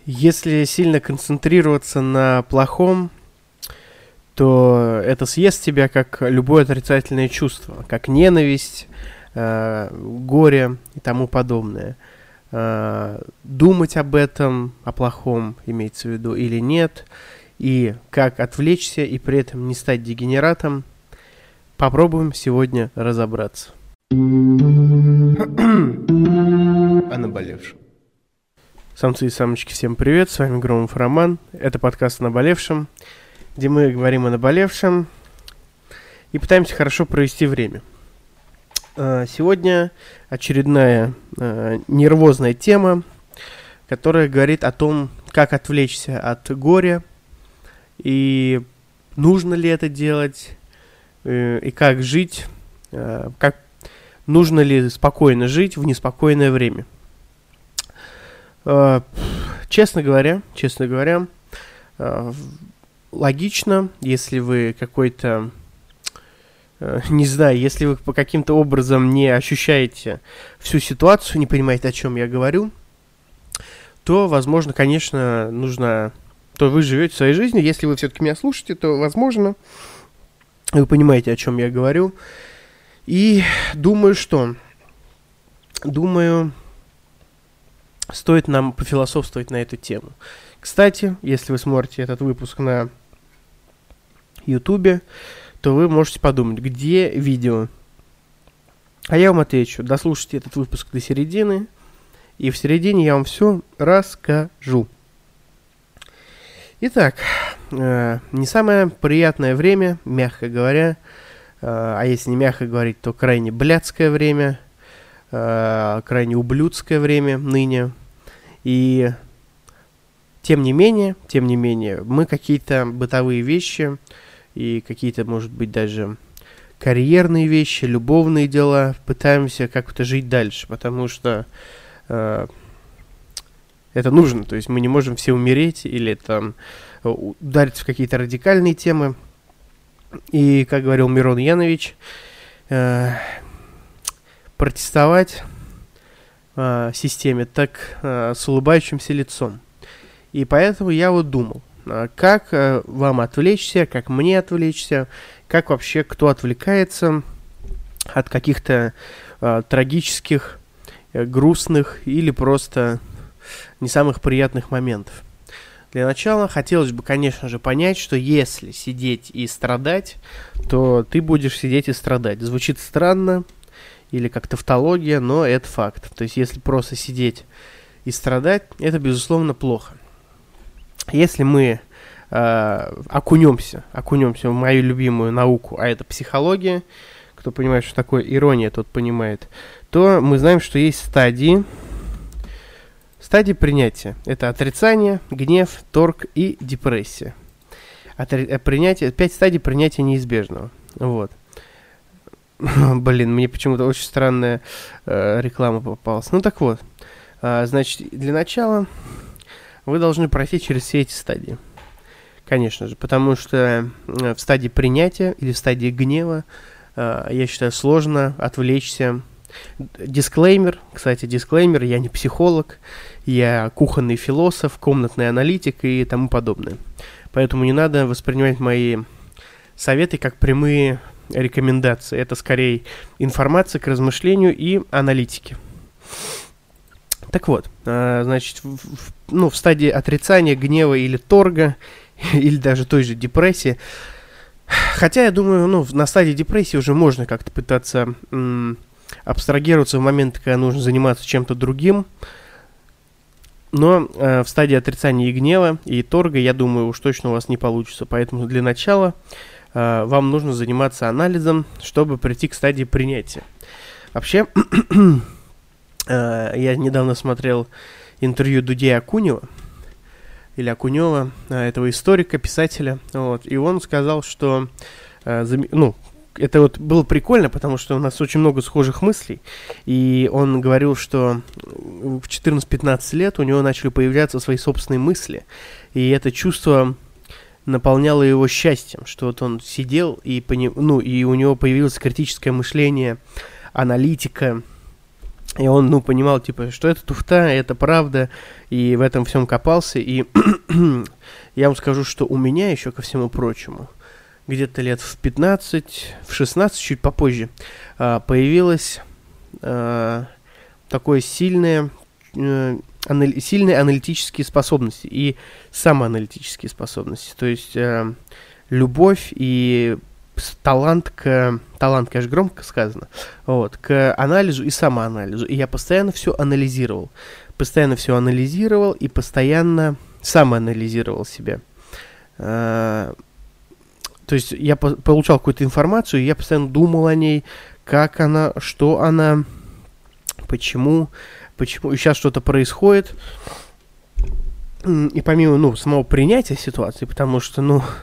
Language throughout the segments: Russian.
Если сильно концентрироваться на плохом, то это съест тебя, как любое отрицательное чувство, как ненависть, горе и тому подобное. Думать об этом, о плохом, имеется в виду, или нет, и как отвлечься и при этом не стать дегенератом, попробуем сегодня разобраться. О наболевшем. Самцы и самочки, всем привет, с вами Громов Роман, это подкаст о наболевшем, где мы говорим о наболевшем и пытаемся хорошо провести время. Сегодня очередная нервозная тема, которая говорит о том, как отвлечься от горя, и нужно ли это делать, и как жить, как нужно ли спокойно жить в неспокойное время. Честно говоря, логично, если вы какой-то, не знаю, если вы по каким-то образом не ощущаете всю ситуацию, не понимаете, о чем я говорю, то, возможно, конечно, то вы живете своей жизнью. Если вы все-таки меня слушаете, то, возможно, вы понимаете, о чем я говорю. И думаю, стоит нам пофилософствовать на эту тему. Кстати, если вы смотрите этот выпуск на Ютубе, то вы можете подумать, где видео. А я вам отвечу, дослушайте этот выпуск до середины, и в середине я вам все расскажу. Итак, не самое приятное время, мягко говоря, а если не мягко говорить, то крайне блядское время, крайне ублюдское время ныне. И тем не менее, мы какие-то бытовые вещи и какие-то, может быть, даже карьерные вещи, любовные дела пытаемся как-то жить дальше, потому что это нужно. То есть мы не можем все умереть или там удариться в какие-то радикальные темы. И, как говорил Мирон Янович, протестовать системе так с улыбающимся лицом. И поэтому я вот думал, как вам отвлечься, как мне отвлечься, как вообще кто отвлекается от каких-то трагических, грустных или просто не самых приятных моментов. Для начала хотелось бы, конечно же, понять, что если сидеть и страдать, то ты будешь сидеть и страдать. Звучит странно или как тавтология, но это факт. То есть если просто сидеть и страдать, это, безусловно, плохо. Если мы окунемся в мою любимую науку, а это психология, кто понимает, что такое ирония, тот понимает, то мы знаем, что есть стадии принятия. Это отрицание, гнев, торг и депрессия. 5 стадий принятия неизбежного. Вот. Блин, мне почему-то очень странная реклама попалась. Ну так вот. Значит, для начала вы должны пройти через все эти стадии. Конечно же, потому что в стадии принятия или в стадии гнева, я считаю, сложно отвлечься. Дисклеймер, я не психолог, я кухонный философ, комнатный аналитик и тому подобное. Поэтому не надо воспринимать мои советы как прямые рекомендации. Это скорее информация к размышлению и аналитике. Так вот, значит, в стадии отрицания, гнева или торга, или даже той же депрессии, хотя я думаю, на стадии депрессии уже можно как-то пытаться абстрагироваться в момент, когда нужно заниматься чем-то другим. Но в стадии отрицания и гнева, и торга, я думаю, уж точно у вас не получится. Поэтому для начала вам нужно заниматься анализом, чтобы прийти к стадии принятия. Вообще, я недавно смотрел интервью Дудя Акунева, этого историка, писателя, вот, и он сказал, что это вот было прикольно, потому что у нас очень много схожих мыслей, и он говорил, что в 14-15 лет у него начали появляться свои собственные мысли, и это чувство наполняло его счастьем, что вот он сидел, и у него появилось критическое мышление, аналитика, И он, ну, понимал, типа, что это туфта, это правда, и в этом всем копался. И я вам скажу, что у меня еще, ко всему прочему, где-то лет в 15, в 16, чуть попозже, появилось такое сильные аналитические способности и самоаналитические способности. То есть любовь и талант, конечно, громко сказано, вот, к анализу и самоанализу. И я постоянно все анализировал и постоянно самоанализировал себя. То есть я получал какую-то информацию, и я постоянно думал о ней, как она, что она, почему, и сейчас что-то происходит. И помимо, самого принятия ситуации, потому что,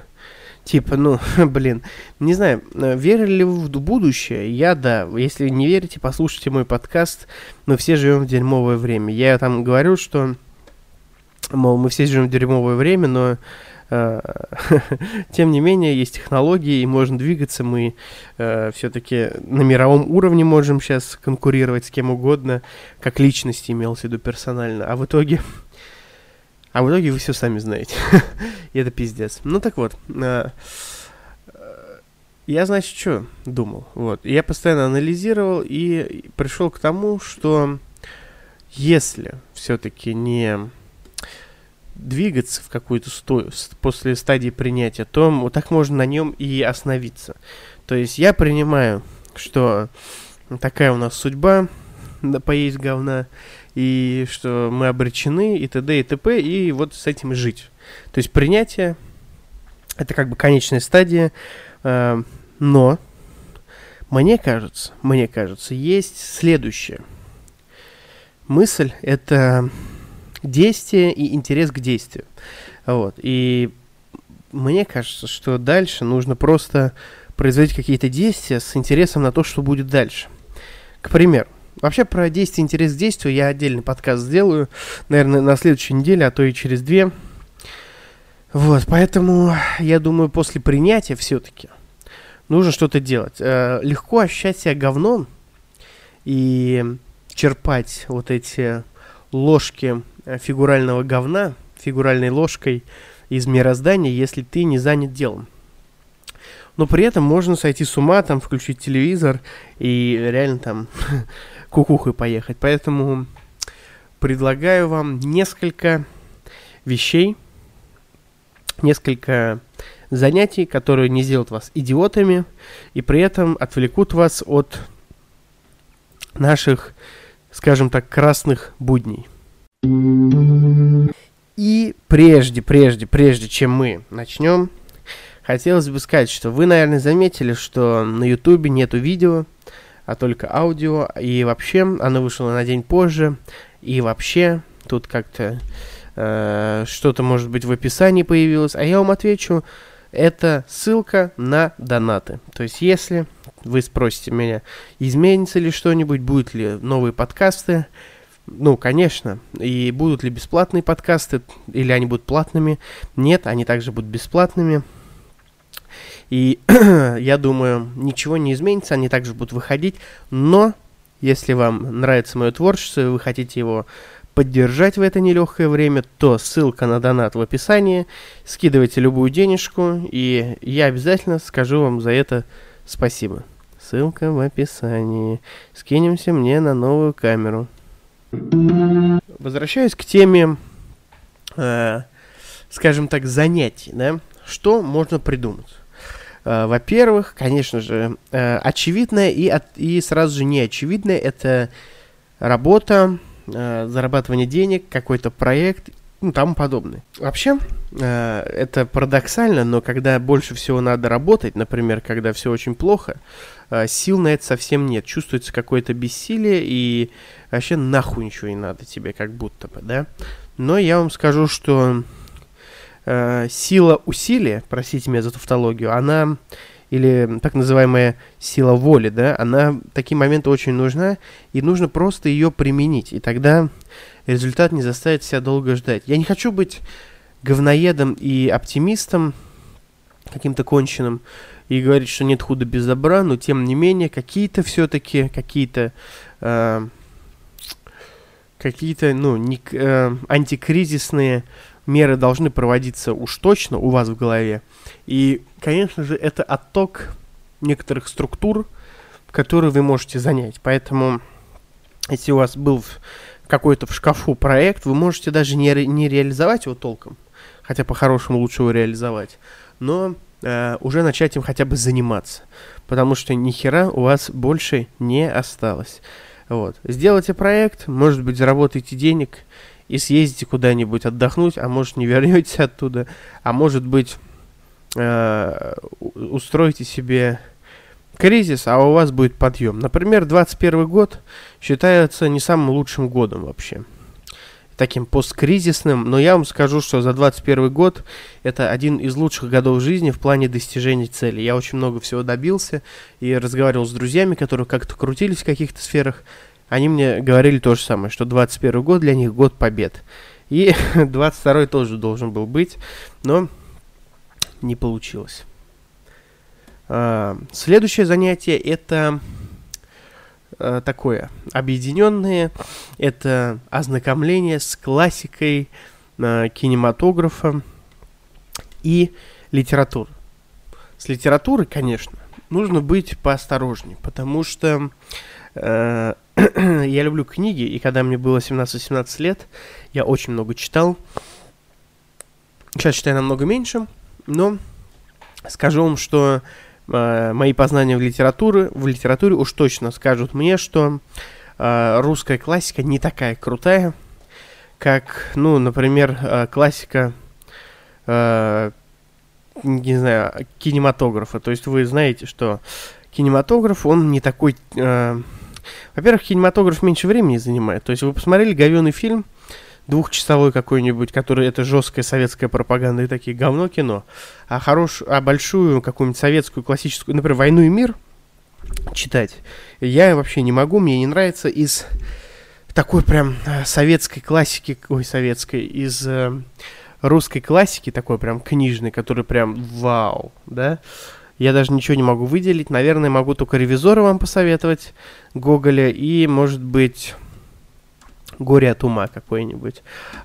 не знаю, верили ли вы в будущее? Да. Если не верите, послушайте мой подкаст. Мы все живем в дерьмовое время. Я там говорю, что, мы все живем в дерьмовое время, но тем не менее есть технологии, и можно двигаться. Мы все-таки на мировом уровне можем сейчас конкурировать с кем угодно, как личности, имелось в виду персонально. А в итоге вы все сами знаете. И это пиздец. Так вот, я, значит, что думал? Вот. Я постоянно анализировал и пришел к тому, что если все-таки не двигаться в какую-то после стадии принятия, то вот так можно на нем и остановиться. То есть я принимаю, что такая у нас судьба, поесть говна, и что мы обречены, и т.д. и т.п., и вот с этим и жить. То есть принятие — это как бы конечная стадия, но мне кажется, есть следующее. Мысль — это действие и интерес к действию. Вот. И мне кажется, что дальше нужно просто производить какие-то действия с интересом на то, что будет дальше. К примеру, вообще про действие и интерес к действию я отдельный подкаст сделаю, наверное, на следующей неделе, а то и через 2. Вот, поэтому я думаю, после принятия все-таки нужно что-то делать. Легко ощущать себя говном и черпать вот эти ложки фигурального говна, фигуральной ложкой из мироздания, если ты не занят делом. Но при этом можно сойти с ума, включить телевизор и реально кукухой поехать. Поэтому предлагаю вам несколько вещей, несколько занятий, которые не сделают вас идиотами и при этом отвлекут вас от наших, скажем так, красных будней. И прежде чем мы начнем, хотелось бы сказать, что вы, наверное, заметили, что на Ютубе нету видео, а только аудио, и вообще оно вышло на день позже, и вообще тут как-то что-то, может быть, в описании появилось, а я вам отвечу, это ссылка на донаты. То есть, если вы спросите меня, изменится ли что-нибудь, будут ли новые подкасты, конечно. И будут ли бесплатные подкасты, или они будут платными? Нет, они также будут бесплатными. И я думаю, ничего не изменится, они также будут выходить. Но, если вам нравится мое творчество, и вы хотите его поддержать в это нелегкое время, то ссылка на донат в описании. Скидывайте любую денежку, и я обязательно скажу вам за это спасибо. Ссылка в описании. Скинемся мне на новую камеру. Возвращаюсь к теме, скажем так, занятий, да? Что можно придумать? Во-первых, конечно же, очевидное и сразу же неочевидное — это работа, зарабатывание денег, какой-то проект и тому подобное. Вообще, это парадоксально, но когда больше всего надо работать, например, когда все очень плохо, сил на это совсем нет. Чувствуется какое-то бессилие, и вообще нахуй ничего не надо тебе, как будто бы, да? Но я вам скажу, что сила усилия, простите меня за тавтологию, она, или так называемая сила воли, да, она в такие моменты очень нужна, и нужно просто ее применить, и тогда результат не заставит себя долго ждать. Я не хочу быть говноедом и оптимистом, каким-то конченым, и говорить, что нет худа без добра, но тем не менее, какие-то какие-то, антикризисные меры должны проводиться уж точно у вас в голове. И, конечно же, это отток некоторых структур, которые вы можете занять. Поэтому, если у вас был какой-то в шкафу проект, вы можете даже не реализовать его толком, хотя по-хорошему лучше его реализовать, но уже начать им хотя бы заниматься, потому что ни хера у вас больше не осталось. Вот. Сделайте проект, может быть, заработаете денег и съездите куда-нибудь отдохнуть, а может, не вернетесь оттуда, а может быть, устроите себе кризис, а у вас будет подъем. Например, 2021 год считается не самым лучшим годом вообще, таким посткризисным, но я вам скажу, что за 2021 год это один из лучших годов жизни в плане достижения целей. Я очень много всего добился и разговаривал с друзьями, которые как-то крутились в каких-то сферах. Они мне говорили то же самое, что 2021 год для них год побед. И 2022 тоже должен был быть, но не получилось. Следующее занятие это такое объединенное, это ознакомление с классикой кинематографа и литературы. С литературой, конечно, нужно быть поосторожнее, потому что я люблю книги, и когда мне было 17-18 лет, я очень много читал. Сейчас читаю намного меньше, но скажу вам, что мои познания в литературе уж точно скажут мне, что русская классика не такая крутая, как, например, классика, не знаю, кинематографа. То есть вы знаете, что кинематограф, он не такой... Во-первых, кинематограф меньше времени занимает. То есть вы посмотрели говёный фильм, двухчасовой какой-нибудь, который это жесткая советская пропаганда и такие говно кино, а большую какую-нибудь советскую классическую, например, «Войну и мир» читать я вообще не могу, мне не нравится из такой прям советской классики, из русской классики, такой прям книжной, который прям вау, да, я даже ничего не могу выделить, наверное, могу только «Ревизора» вам посоветовать, Гоголя, и, может быть, «Горе от ума» какой-нибудь.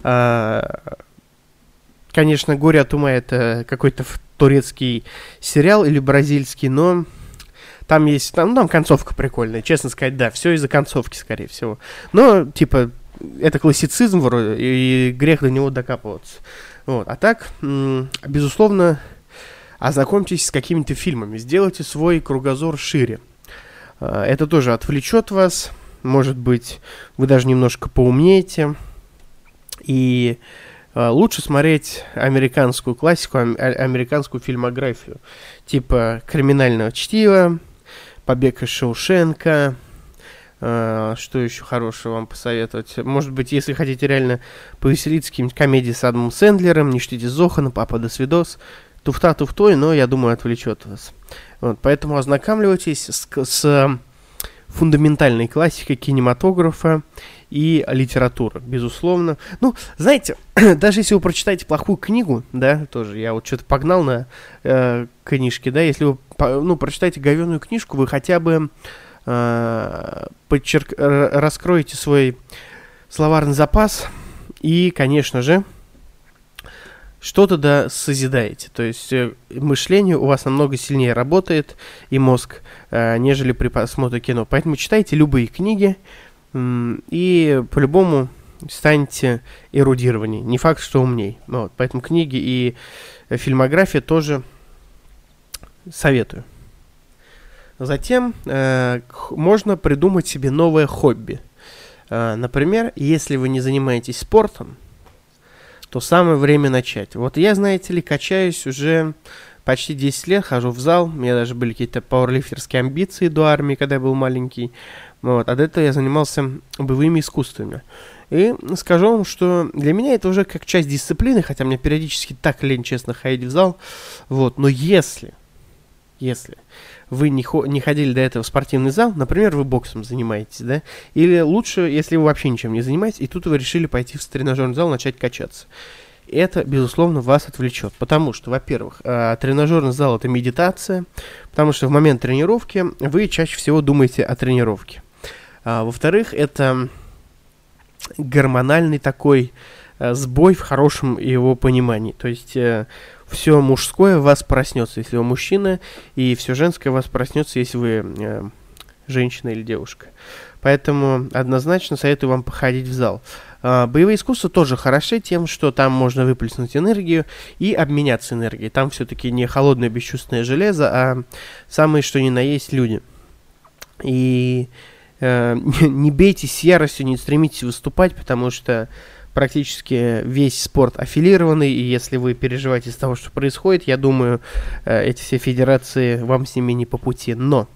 Конечно, «Горе от ума» это какой-то турецкий сериал или бразильский, но там есть, там концовка прикольная, честно сказать, да, все из-за концовки, скорее всего. Но, типа, это классицизм вроде, и грех до него докапываться. Вот. А так, безусловно, ознакомьтесь с какими-то фильмами, сделайте свой кругозор шире. Это тоже отвлечет вас. Может быть, вы даже немножко поумнеете. И лучше смотреть американскую классику, американскую фильмографию. Типа «Криминального чтива», «Побег из Шоушенка». Что еще хорошего вам посоветовать? Может быть, если хотите реально повеселиться, какие-нибудь комедии с Адамом Сэндлером, «Не чтите Зохана», «Папа, до свидос». Туфта туфтой, но, я думаю, отвлечет вас. Вот, поэтому ознакомливайтесь с фундаментальной классикой кинематографа и литературы, безусловно. Знаете, даже если вы прочитаете плохую книгу, да, тоже я вот что-то погнал на книжки, да, если вы, прочитаете говёную книжку, вы хотя бы раскроете свой словарный запас и, конечно же, что-то созидаете. То есть мышление у вас намного сильнее работает, и мозг, нежели при просмотре кино. Поэтому читайте любые книги, и по-любому станете эрудированнее. Не факт, что умней. Вот. Поэтому книги и фильмография тоже советую. Затем можно придумать себе новое хобби. Например, если вы не занимаетесь спортом, то самое время начать. Вот я, знаете ли, качаюсь уже почти 10 лет, хожу в зал, у меня даже были какие-то пауэрлифтерские амбиции до армии, когда я был маленький. Вот. А до этого я занимался боевыми искусствами. И скажу вам, что для меня это уже как часть дисциплины, хотя мне периодически так лень, честно, ходить в зал. Вот. Но если вы не ходили до этого в спортивный зал, например, вы боксом занимаетесь, да, или лучше, если вы вообще ничем не занимаетесь, и тут вы решили пойти в тренажерный зал, начать качаться. Это, безусловно, вас отвлечет, потому что, во-первых, тренажерный зал – это медитация, потому что в момент тренировки вы чаще всего думаете о тренировке. Во-вторых, это гормональный такой сбой в хорошем его понимании. То есть все мужское в вас проснется, если вы мужчина, и все женское в вас проснется, если вы женщина или девушка. Поэтому однозначно советую вам походить в зал. Боевые искусства тоже хороши тем, что там можно выплеснуть энергию и обменяться энергией. Там все-таки не холодное бесчувственное железо, а самые что ни на есть люди. И не бейтесь с яростью, не стремитесь выступать, потому что практически весь спорт аффилированный, и если вы переживаете из того, что происходит, я думаю, эти все федерации вам с ними не по пути. Но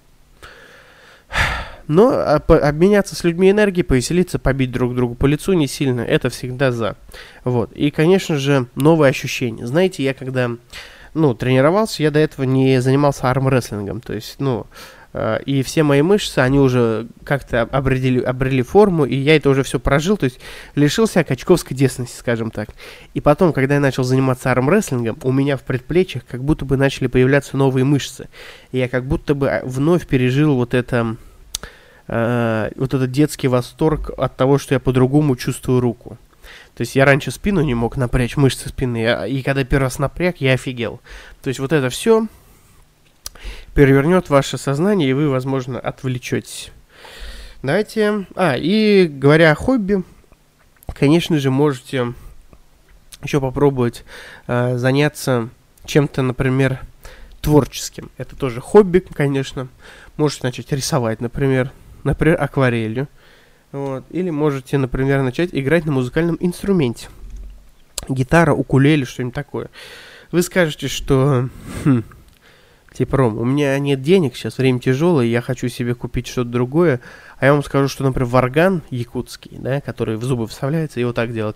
обменяться с людьми энергией, повеселиться, побить друг другу по лицу не сильно, это всегда за. Вот. И, конечно же, новые ощущения. Знаете, я когда, тренировался, я до этого не занимался армрестлингом, то есть, и все мои мышцы, они уже как-то обрели форму, и я это уже все прожил, то есть лишил себя качковской детственности, скажем так. И потом, когда я начал заниматься армрестлингом, у меня в предплечьях как будто бы начали появляться новые мышцы. И я как будто бы вновь пережил вот этот детский восторг от того, что я по-другому чувствую руку. То есть я раньше спину не мог напрячь, мышцы спины, и когда первый раз напряг, я офигел. То есть вот это все перевернет ваше сознание, и вы, возможно, отвлечетесь. Давайте... и говоря о хобби, конечно же, можете еще попробовать заняться чем-то, например, творческим. Это тоже хобби, конечно. Можете начать рисовать, например, акварелью. Вот. Или можете, например, начать играть на музыкальном инструменте. Гитара, укулеле, что-нибудь такое. Вы скажете, что... Типа, Ром, у меня нет денег, сейчас время тяжелое, я хочу себе купить что-то другое. А я вам скажу, что, например, варган якутский, да, который в зубы вставляется, и вот так делает.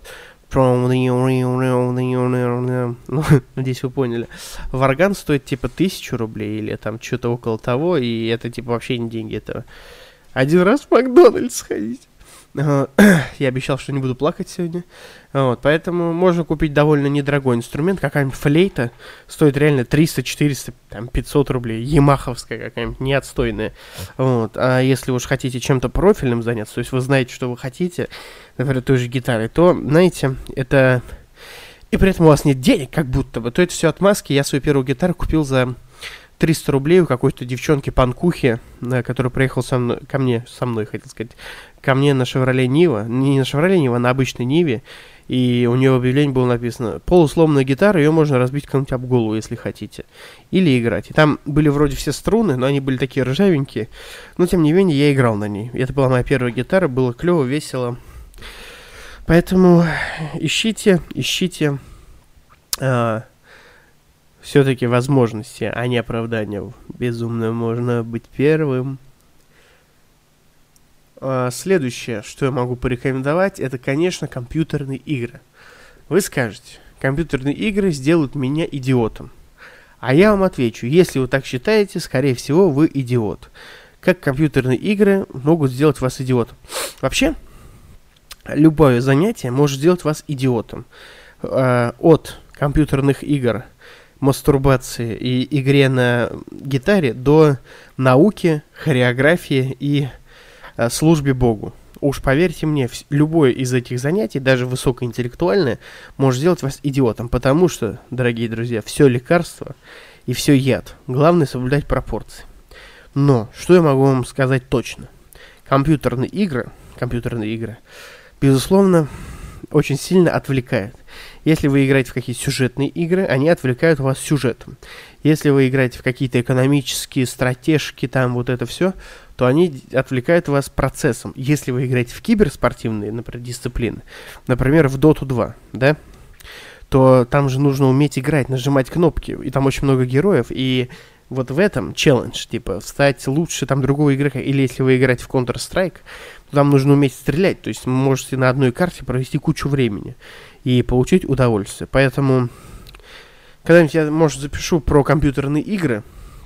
Надеюсь, вы поняли. Варган стоит типа 1000 рублей или там что-то около того, и это типа вообще не деньги. Это один раз в Макдональдс сходить. Я обещал, что не буду плакать сегодня. Вот, поэтому можно купить довольно недорогой инструмент. Какая-нибудь флейта стоит реально 300, 400, 500 рублей. Ямаховская какая-нибудь, не отстойная. Вот. А если уж хотите чем-то профильным заняться, то есть вы знаете, что вы хотите, например, той же гитарой, то, знаете, это... И при этом у вас нет денег, как будто бы, то это все отмазки. Я свою первую гитару купил за 300 рублей у какой-то девчонки-панкухи, которая приехала ко мне на Шевроле Нива, не на Шевроле Нива, а на обычной Ниве, и у нее в объявлении было написано: полусломная гитара, ее можно разбить кому-нибудь об голову, если хотите, или играть. И там были вроде все струны, но они были такие ржавенькие, но тем не менее я играл на ней. Это была моя первая гитара, было клево, весело. Поэтому ищите все-таки возможности, а не оправдания. Безумно можно быть первым. Следующее, что я могу порекомендовать, это, конечно, компьютерные игры. Вы скажете, компьютерные игры сделают меня идиотом. А я вам отвечу, если вы так считаете, скорее всего, вы идиот. Как компьютерные игры могут сделать вас идиотом? Вообще, любое занятие может сделать вас идиотом. От компьютерных игр, мастурбации и игре на гитаре до науки, хореографии и службе Богу. Уж поверьте мне, любое из этих занятий, даже высокоинтеллектуальное, может сделать вас идиотом, потому что, дорогие друзья, все лекарство и все яд. Главное соблюдать пропорции. Но, что я могу вам сказать точно? Компьютерные игры, безусловно, очень сильно отвлекают. Если вы играете в какие-то сюжетные игры, они отвлекают вас сюжетом. Если вы играете в какие-то экономические стратежки, там вот это все, то они отвлекают вас процессом. Если вы играете в киберспортивные, например, дисциплины, например, в Dota 2, да, то там же нужно уметь играть, нажимать кнопки, и там очень много героев, и вот в этом челлендж, типа, стать лучше там другого игрока, или если вы играете в Counter-Strike, то там нужно уметь стрелять, то есть вы можете на одной карте провести кучу времени и получить удовольствие. Поэтому когда-нибудь я, может, запишу про компьютерные игры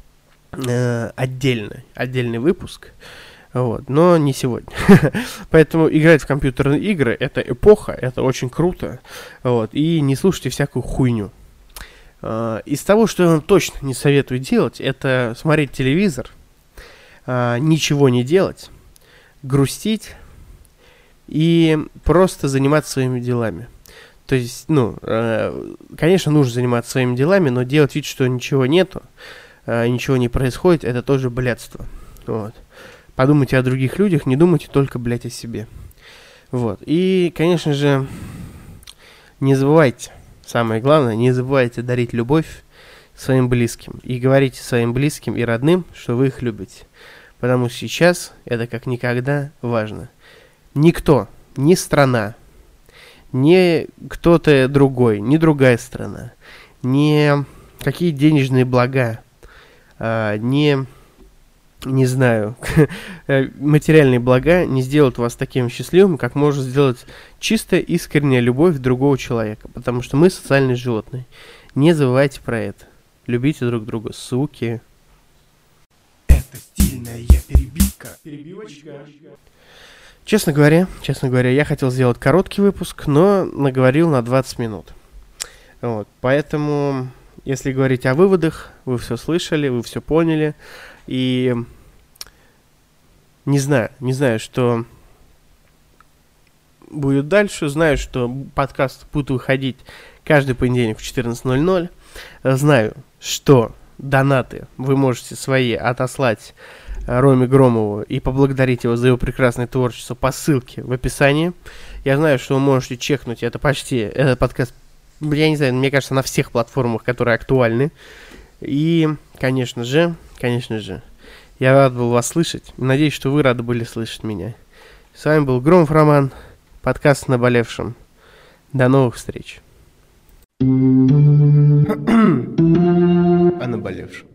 отдельный выпуск, вот, но не сегодня. Поэтому играть в компьютерные игры — это эпоха, это очень круто, вот, и не слушайте всякую хуйню. Из того, что я вам точно не советую делать, это смотреть телевизор, ничего не делать, грустить и просто заниматься своими делами. То есть, конечно, нужно заниматься своими делами, но делать вид, что ничего нету, ничего не происходит, это тоже блядство. Вот. Подумайте о других людях, не думайте только, блядь, о себе. Вот. И, конечно же, не забывайте, самое главное, не забывайте дарить любовь своим близким. И говорите своим близким и родным, что вы их любите. Потому что сейчас это как никогда важно. Никто, ни страна, ни кто-то другой, ни другая страна, ни какие денежные блага, не знаю, материальные блага не сделают вас таким счастливым, как может сделать чистая искренняя любовь другого человека. Потому что мы социальные животные. Не забывайте про это. Любите друг друга, суки. Это стильная перебивка. Перебивочка. Честно говоря, я хотел сделать короткий выпуск, но наговорил на 20 минут. Вот, поэтому, если говорить о выводах, вы все слышали, вы все поняли. И не знаю, что будет дальше. Знаю, что подкаст будет выходить каждый понедельник в 14:00. Знаю, что донаты вы можете свои отослать Роме Громову и поблагодарить его за его прекрасное творчество по ссылке в описании. Я знаю, что вы можете чекнуть этот подкаст, я не знаю, мне кажется, на всех платформах, которые актуальны. И, конечно же, я рад был вас слышать. Надеюсь, что вы рады были слышать меня. С вами был Громов Роман, подкаст о наболевшем. До новых встреч. О наболевшем.